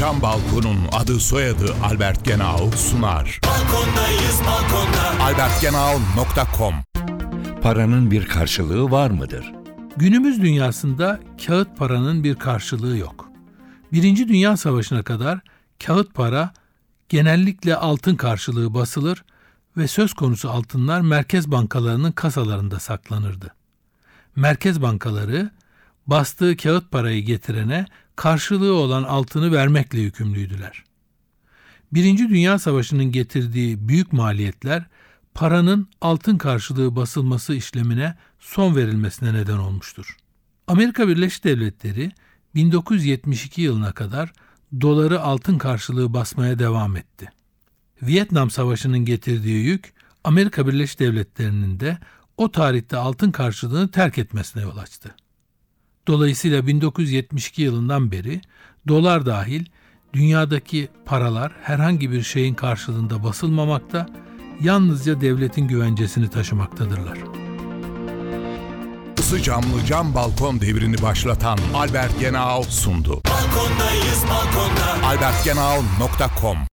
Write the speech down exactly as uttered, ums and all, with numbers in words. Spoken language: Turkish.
Cam Balkon'un adı soyadı Albert Genau sunar. Balkondayız balkonda. albert genau nokta com. Paranın bir karşılığı var mıdır? Günümüz dünyasında kağıt paranın bir karşılığı yok. Birinci Dünya Savaşı'na kadar kağıt para genellikle altın karşılığı basılır ve söz konusu altınlar merkez bankalarının kasalarında saklanırdı. Merkez bankaları bastığı kağıt parayı getirene karşılığı olan altını vermekle yükümlüydüler. Birinci Dünya Savaşı'nın getirdiği büyük maliyetler paranın altın karşılığı basılması işlemine son verilmesine neden olmuştur. Amerika Birleşik Devletleri bin dokuz yüz yetmiş iki yılına kadar doları altın karşılığı basmaya devam etti. Vietnam Savaşı'nın getirdiği yük Amerika Birleşik Devletleri'nin de o tarihte altın karşılığını terk etmesine yol açtı. Dolayısıyla bin dokuz yüz yetmiş iki yılından beri dolar dahil dünyadaki paralar herhangi bir şeyin karşılığında basılmamakta, yalnızca devletin güvencesini taşımaktadırlar. Isı camlı cam balkon devrini başlatan Albert Genau sundu. Balkondayız balkonda. albert genau nokta com